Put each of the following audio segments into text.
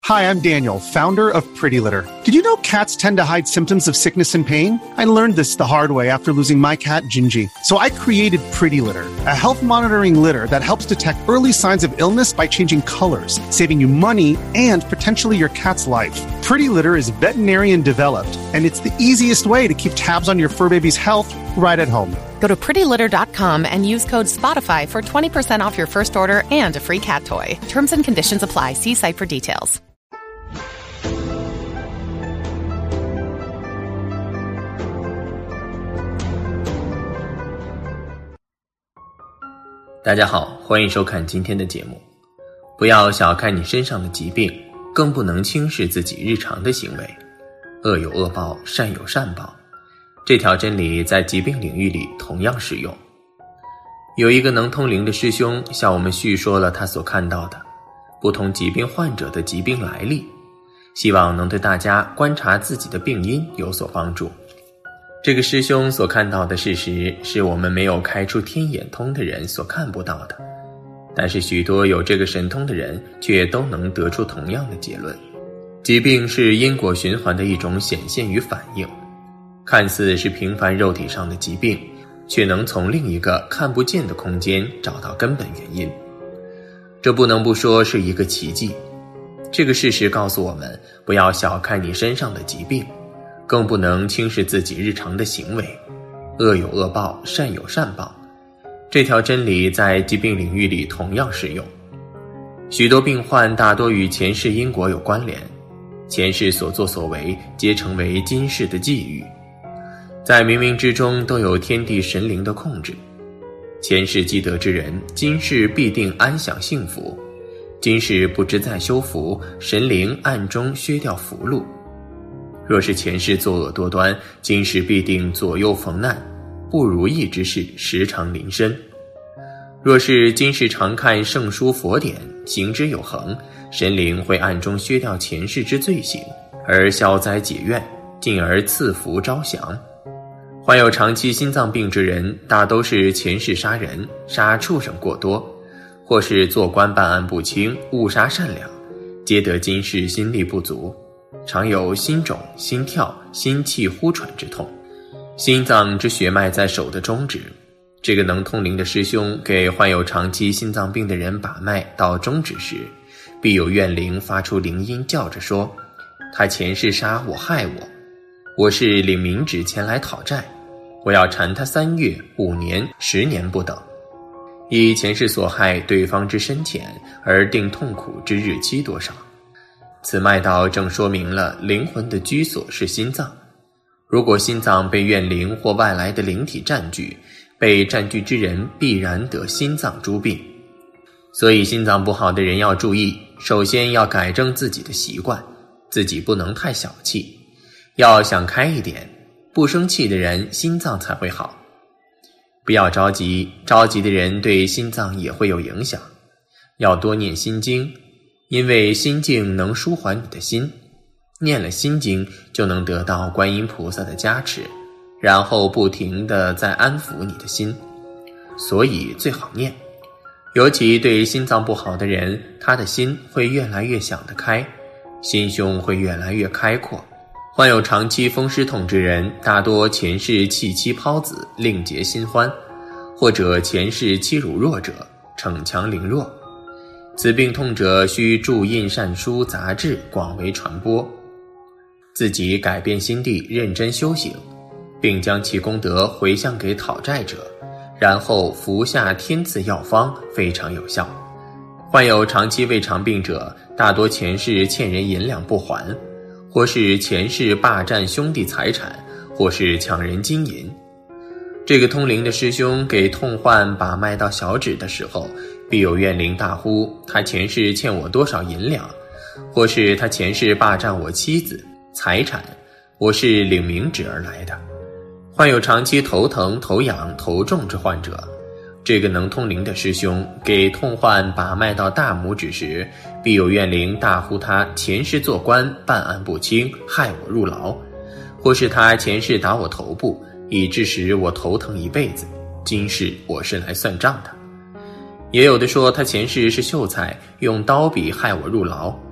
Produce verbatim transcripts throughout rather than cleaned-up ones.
Hi, I'm Daniel, founder of Pretty Litter. Did you know cats tend to hide symptoms of sickness and pain? I learned this the hard way after losing my cat, Gingy. So I created Pretty Litter, a health monitoring litter that helps detect early signs of illness by changing colors, saving you money and potentially your cat's life. Pretty Litter is veterinarian developed, and it's the easiest way to keep tabs on your fur baby's health right at home. Go to pretty litter dot com and use code SPOTIFY for twenty percent off your first order and a free cat toy. Terms and conditions apply. See site for details. 大家好，欢迎收看今天的节目。不要小看你身上的疾病，更不能轻视自己日常的行为。恶有恶报，善有善报。这条真理在疾病领域里同样适用。有一个能通灵的师兄向我们叙说了他所看到的不同疾病患者的疾病来历，希望能对大家观察自己的病因有所帮助。这个师兄所看到的事实是我们没有开出天眼通的人所看不到的，但是许多有这个神通的人却都能得出同样的结论。疾病是因果循环的一种显现与反应，看似是平凡肉体上的疾病，却能从另一个看不见的空间找到根本原因。这不能不说是一个奇迹。这个事实告诉我们，不要小看你身上的疾病，更不能轻视自己日常的行为。恶有恶报，善有善报。这条真理在疾病领域里同样适用。许多病患大多与前世因果有关联，前世所作所为皆成为今世的际遇，在冥冥之中都有天地神灵的控制。前世积德之人，今世必定安享幸福；今世不知再修福，神灵暗中削掉福禄。若是前世作恶多端，今世必定左右逢难，不如意之事时常临身。若是今世常看圣书佛典，行之有恒，神灵会暗中削掉前世之罪行，而消灾解怨，进而赐福招降。患有长期心脏病之人，大都是前世杀人、杀畜生过多，或是做官办案不清，误杀善良，皆得今世心力不足，常有心肿、心跳、心气呼喘之痛。心脏之血脉在手的中指，这个能通灵的师兄给患有长期心脏病的人把脉到中指时，必有怨灵发出灵音叫着说，他前世杀我害我，我是领冥纸前来讨债，我要缠他三月、五年、十年不等，以前世所害对方之深浅而定痛苦之日期多少。此脉道正说明了灵魂的居所是心脏，如果心脏被怨灵或外来的灵体占据，被占据之人必然得心脏诸病。所以心脏不好的人要注意，首先要改正自己的习惯，自己不能太小气，要想开一点，不生气的人心脏才会好。不要着急，着急的人对心脏也会有影响。要多念心经，因为心境能舒缓你的心，念了心经就能得到观音菩萨的加持，然后不停地在安抚你的心，所以最好念。尤其对心脏不好的人，他的心会越来越想得开，心胸会越来越开阔。患有长期风湿痛之人，大多前世弃妻抛子，另结新欢，或者前世欺辱弱者，逞强凌弱。此病痛者需注印善书杂志广为传播，自己改变心地，认真修行，并将其功德回向给讨债者，然后服下天赐药方，非常有效。患有长期胃肠病者，大多前世欠人银两不还，或是前世霸占兄弟财产，或是抢人金银。这个通灵的师兄给痛患把脉到小指的时候，必有怨灵大呼，他前世欠我多少银两，或是他前世霸占我妻子财产，我是领冥纸而来的。患有长期头疼、头痒、头重之患者，这个能通灵的师兄给痛患把脉到大拇指时，必有怨灵大呼他前世做官办案不清，害我入牢，或是他前世打我头部，以致使我头疼一辈子，今世我是来算账的。也有的说他前世是秀才，用刀笔害我入牢，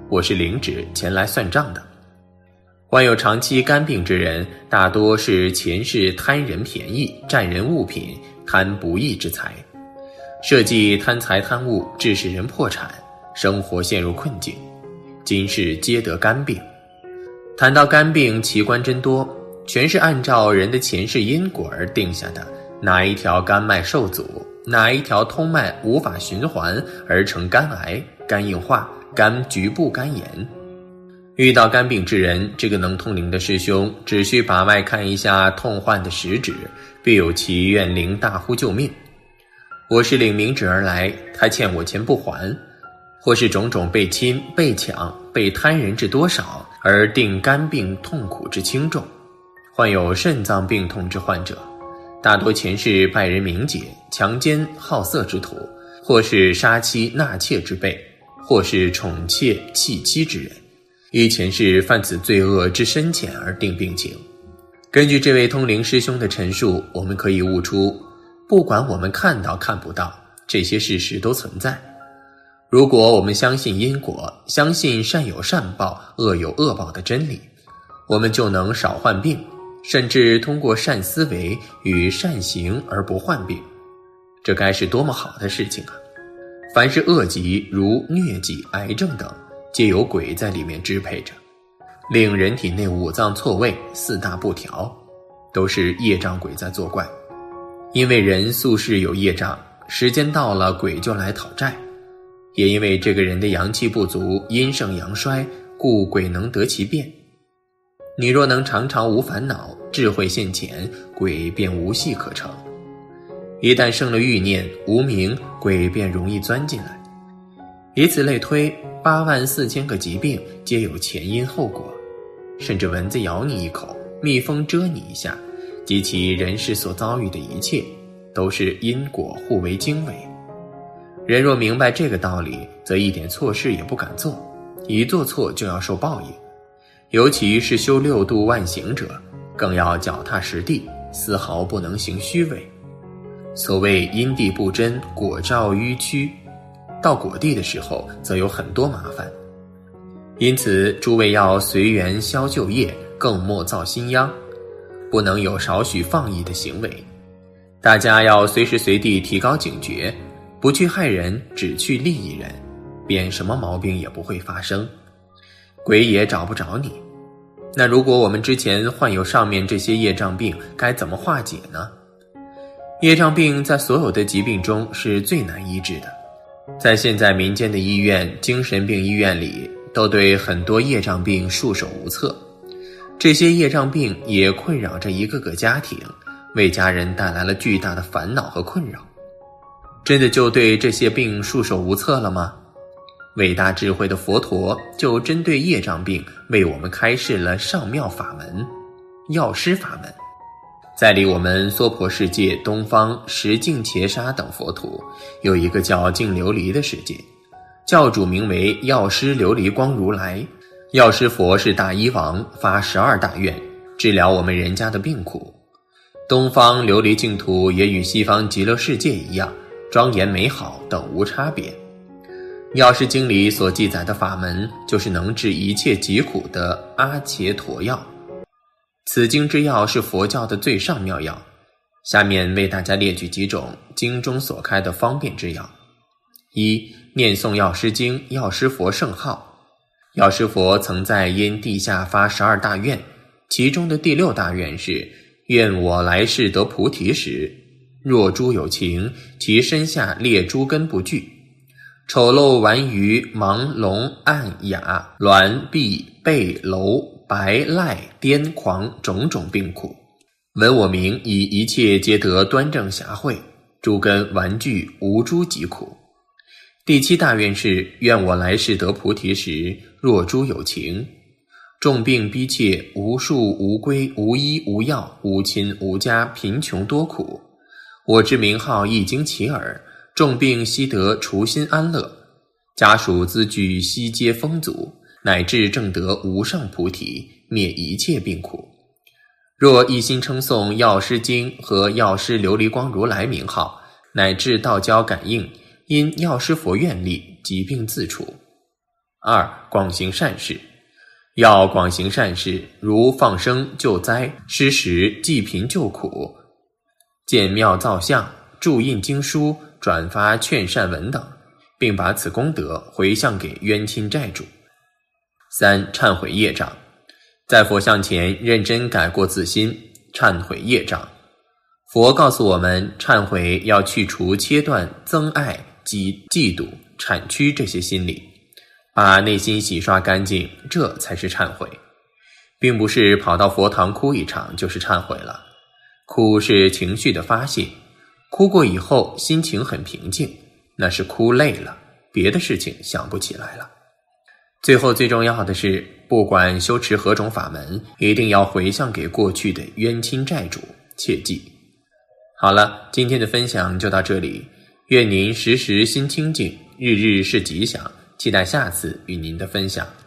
我是领旨前来算账的。患有长期肝病之人，大多是前世贪人便宜、占人物品、贪不义之财，设计贪财贪物，致使人破产，生活陷入困境，今世皆得肝病。谈到肝病，奇观真多，全是按照人的前世因果而定下的，哪一条肝脉受阻，哪一条通脉无法循环而成肝癌、肝硬化、肝局部肝炎。遇到肝病之人，这个能通灵的师兄只需把脉看一下痛患的实质，必有其怨灵大呼救命。我是领明旨而来，他欠我钱不还，或是种种被侵、被抢、被贪人之多少，而定肝病痛苦之轻重。患有肾脏病痛之患者，大多前世拜人名节、强奸好色之徒，或是杀妻纳妾之辈，或是宠妾弃妻之人，依前世犯此罪恶之深浅而定病情。根据这位通灵师兄的陈述，我们可以悟出，不管我们看到看不到，这些事实都存在。如果我们相信因果，相信善有善报、恶有恶报的真理，我们就能少患病，甚至通过善思维与善行而不患病。这该是多么好的事情啊！凡是恶疾如疟疾、癌症等，皆有鬼在里面支配着，令人体内五脏错位、四大不调，都是业障鬼在作怪。因为人素世有业障，时间到了鬼就来讨债，也因为这个人的阳气不足，阴盛阳衰，故鬼能得其便。你若能常常无烦恼，智慧现前，鬼便无戏可成。一旦生了欲念、无明，鬼便容易钻进来。以此类推，八万四千个疾病皆有前因后果，甚至蚊子咬你一口，蜜蜂蛰你一下，及其人世所遭遇的一切，都是因果互为经纬。人若明白这个道理，则一点错事也不敢做，一做错就要受报应。尤其是修六度万行者，更要脚踏实地，丝毫不能行虚伪。所谓因地不真，果照迂曲，到果地的时候则有很多麻烦。因此诸位要随缘消旧业，更莫造新殃，不能有少许放逸的行为。大家要随时随地提高警觉，不去害人，只去利益人，便什么毛病也不会发生，鬼也找不着你。那如果我们之前患有上面这些业障病，该怎么化解呢？业障病在所有的疾病中是最难医治的，在现在民间的医院、精神病医院里，都对很多业障病束手无策。这些业障病也困扰着一个个家庭，为家人带来了巨大的烦恼和困扰。真的就对这些病束手无策了吗？伟大智慧的佛陀就针对业障病为我们开示了上妙法门、药师法门。在离我们娑婆世界东方石净伽沙等佛土，有一个叫净琉璃的世界，教主名为药师琉璃光如来。药师佛是大医王，发十二大愿，治疗我们人家的病苦。东方琉璃净土也与西方极乐世界一样，庄严美好，等无差别。药师经里所记载的法门，就是能治一切疾苦的阿伽陀药。此经之药是佛教的最上妙药，下面为大家列举几种经中所开的方便之药。一、念诵药师经，药师佛圣号。药师佛曾在因地下发十二大愿，其中的第六大愿是愿我来世得菩提时，若诸有情，其身下列诸根不具，丑陋顽愚盲聋暗哑挛闭背楼白赖癫狂种种病苦，闻我名以一切皆得端正暇慧，诸根顽具无诸疾苦。第七大愿是愿我来世得菩提时，若诸有情，重病逼切，无树无归，无依无药，无亲无家，贫穷多苦，我之名号一经其耳，重病悉得除心安乐，家属资具悉皆丰足，乃至正得无上菩提，灭一切病苦。若一心称诵药师经和药师琉璃光如来名号，乃至道交感应，因药师佛愿力，疾病自除。 二、广行善事。要广行善事，如放生救灾、施食济贫救苦、建庙造像、注印经书、转发劝善文等，并把此功德回向给冤亲债主。三、忏悔业障。在佛像前认真改过自新，忏悔业障。佛告诉我们，忏悔要去除切断、憎爱及嫉妒、产区这些心理，把内心洗刷干净，这才是忏悔。并不是跑到佛堂哭一场就是忏悔了，哭是情绪的发泄，哭过以后心情很平静，那是哭累了，别的事情想不起来了。最后最重要的是，不管修持何种法门，一定要回向给过去的冤亲债主，切记。好了，今天的分享就到这里，愿您时时心清静，日日是吉祥，期待下次与您的分享。